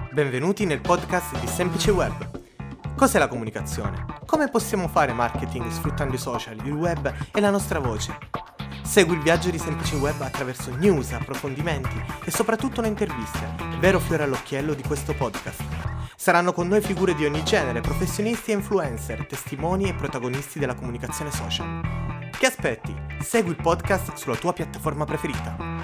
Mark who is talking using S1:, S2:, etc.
S1: Benvenuti nel podcast di Semplice Web. Cos'è la comunicazione? Come possiamo fare marketing sfruttando i social, il web e la nostra voce? Segui il viaggio di Semplice Web attraverso news, approfondimenti e soprattutto le interviste, vero fiore all'occhiello di questo podcast. Saranno con noi figure di ogni genere, professionisti e influencer, testimoni e protagonisti della comunicazione social. Che aspetti? Segui il podcast sulla tua piattaforma preferita.